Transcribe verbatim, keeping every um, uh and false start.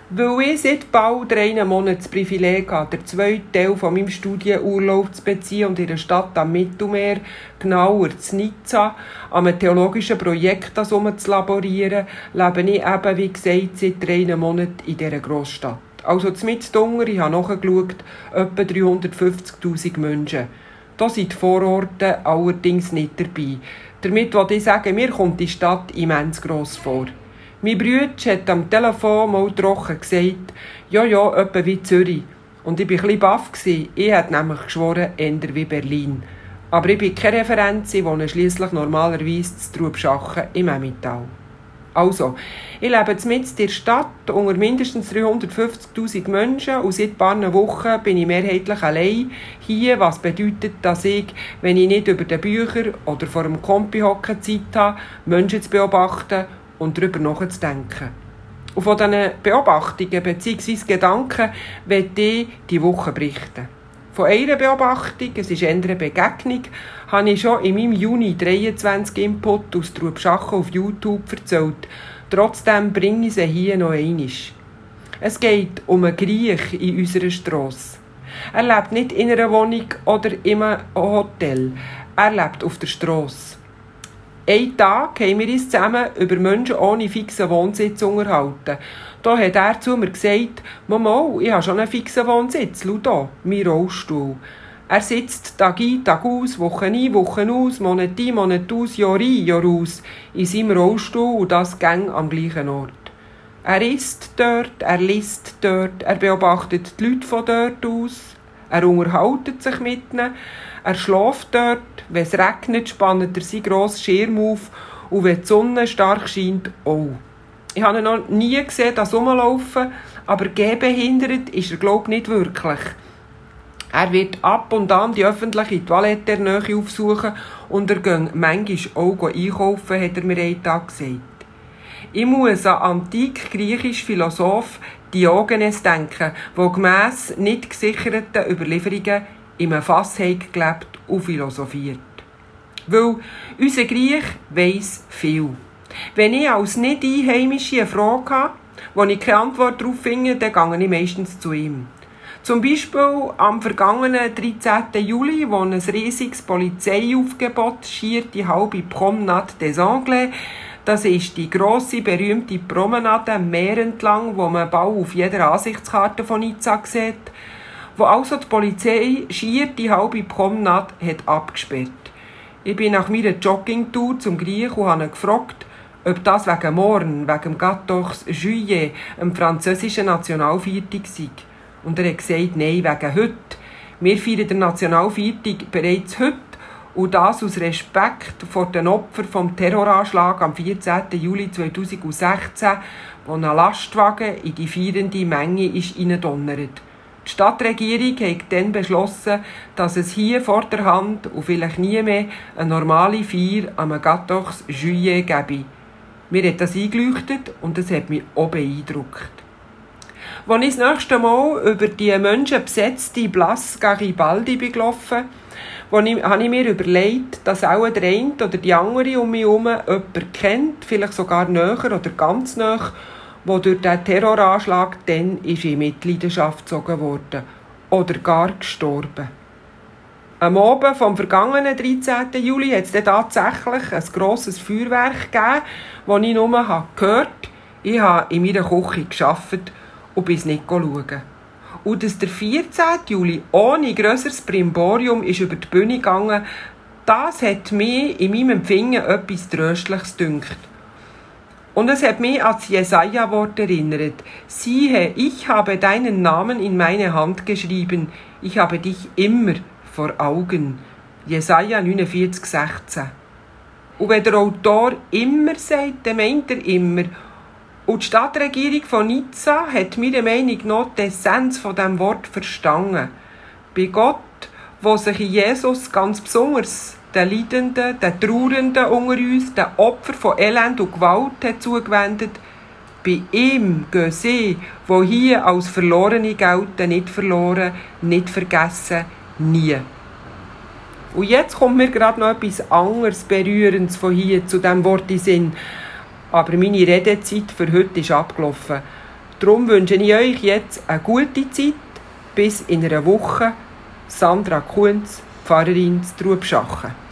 Weil ich seit bald drei Monaten das Privileg habe, den zweiten Teil von meinem Studienurlaub zu beziehen und in der Stadt am Mittelmeer, genauer in Nizza, an einem theologischen Projekt zu laborieren, lebe ich eben, wie gesagt, seit drei Monaten in dieser Grossstadt. Also mitten unten, ich habe nachgeschaut, etwa dreihundertfünfzigtausend Menschen. Da sind die Vororte allerdings nicht dabei. Damit will ich sagen, mir kommt die Stadt immens gross vor. Mein Bruder hat am Telefon mal trocken gesagt, ja, ja, etwa wie Zürich. Und ich war ein bisschen baff. Ich hätte nämlich geschworen, eher wie Berlin. Aber ich bin keine Referenz, ich wohne schliesslich normalerweise zu Trubschachen im Emmental. Also, ich lebe mitten in der Stadt unter mindestens dreihundertfünfzigtausend Menschen und seit ein paar Wochen bin ich mehrheitlich allein hier, was bedeutet, dass ich, wenn ich nicht über die Bücher oder vor dem Kompi hocken Zeit habe, Menschen zu beobachten und darüber nachzudenken. Und von diesen Beobachtungen bzw. Gedanken möchte ich diese Woche berichten. Von einer Beobachtung, es ist eher eine Begegnung, habe ich schon in meinem Juni dreiundzwanzig Input aus Trubschachen auf YouTube erzählt. Trotzdem bringe ich sie hier noch einmal. Es geht um einen Griech in unserer Strasse. Er lebt nicht in einer Wohnung oder in einem Hotel. Er lebt auf der Strasse. Einen Tag haben wir uns zusammen über Menschen ohne fixen Wohnsitz unterhalten. Da hat er zu mir gesagt, «Mama, ich habe schon einen fixen Wohnsitz, schau da, mein Rollstuhl.» Er sitzt Tag ein, Tag aus, Woche ein, Woche aus, Monat ein, Monat aus, Jahr ein, Jahr aus, in seinem Rollstuhl und das gang am gleichen Ort. Er isst dort, er liest dort, er beobachtet die Leute von dort aus, er unterhält sich mit ihnen, er schläft dort, wenn es regnet, spannt er seinen grossen Schirm auf und wenn die Sonne stark scheint, auch. Ich habe ihn noch nie gesehen, das rumlaufen, aber gehbehindert ist er, glaube ich, nicht wirklich. Er wird ab und an die öffentliche Toilette in der Nähe aufsuchen und er geht manchmal auch einkaufen, hat er mir einen Tag gesagt. Ich muss an antik-griechischen Philosoph Diogenes denken, der gemäss nicht gesicherten Überlieferungen in einem Fass gelebt und philosophiert. Weil unser Griech weiss viel. Wenn ich als Nicht-Einheimische eine Frage habe, wo ich keine Antwort darauf finde, dann gehe ich meistens zu ihm. Zum Beispiel am vergangenen dreizehnten Juli, wo ein riesiges Polizeiaufgebot schier die halbe Promenade des Anglais, das ist die grosse, berühmte Promenade am Meer entlang, wo man bald auf jeder Ansichtskarte von Nizza sieht, wo also die Polizei schier die halbe Promenade hat abgesperrt. Ich bin nach meiner Joggingtour zum Griech und habe ihn gefragt, ob das wegen morgen, wegen dem quatorze Juillet, einem französischen Nationalviertag sei. Und er hat gesagt, nein, wegen heute. Wir feiern den Nationalviertag bereits heute und das aus Respekt vor den Opfern vom Terroranschlag am vierzehnten Juli zweitausendsechzehn, wo ein Lastwagen in die feierende Menge hineindonnert. Die Stadtregierung hat dann beschlossen, dass es hier vor der Hand und vielleicht nie mehr eine normale Feier am quatorze Juillet gäbe. Mir hat das eingeleuchtet und das hat mich auch beeindruckt. Als ich das nächste Mal über die menschenbesetzte Place Garibaldi bin gelaufen, habe ich mir überlegt, dass auch der eine oder die andere um mich herum jemanden kennt, vielleicht sogar näher oder ganz näher, der durch diesen Terroranschlag dann in Mitleidenschaft gezogen wurde oder gar gestorben. Am Abend vom vergangenen dreizehnten Juli hat es dann tatsächlich ein grosses Feuerwerk gegeben, das ich nur gehört habe. Ich habe in meiner Küche gearbeitet und bin nicht schauen. Und dass der vierzehnten Juli ohne grösseres Brimborium ist über die Bühne gegangen, das hat mich in meinem Empfinden etwas Tröstliches gedünkt. Und es hat mich an das Jesaja-Wort erinnert. Siehe, ich habe deinen Namen in meine Hand geschrieben. Ich habe dich immer vor Augen. Jesaja neunundvierzig sechzehn. Und wenn der Autor immer sagt, dann meint er immer. Und die Stadtregierung von Nizza hat meiner Meinung nach die Essenz von diesem Wort verstanden. Bei Gott, der sich in Jesus ganz besonders den Leidenden, den Trauernden unter uns, den Opfern von Elend und Gewalt hat zugewendet, bei ihm gehen sie, die hier als Verlorene gelten, nicht verloren, nicht vergessen, nie. Und jetzt kommt mir gerade noch etwas anderes Berührendes von hier zu diesem Wort in Sinn. Aber meine Redezeit für heute ist abgelaufen. Darum wünsche ich euch jetzt eine gute Zeit. Bis in einer Woche. Sandra Kunz, Pfarrerin zu Trubschachen.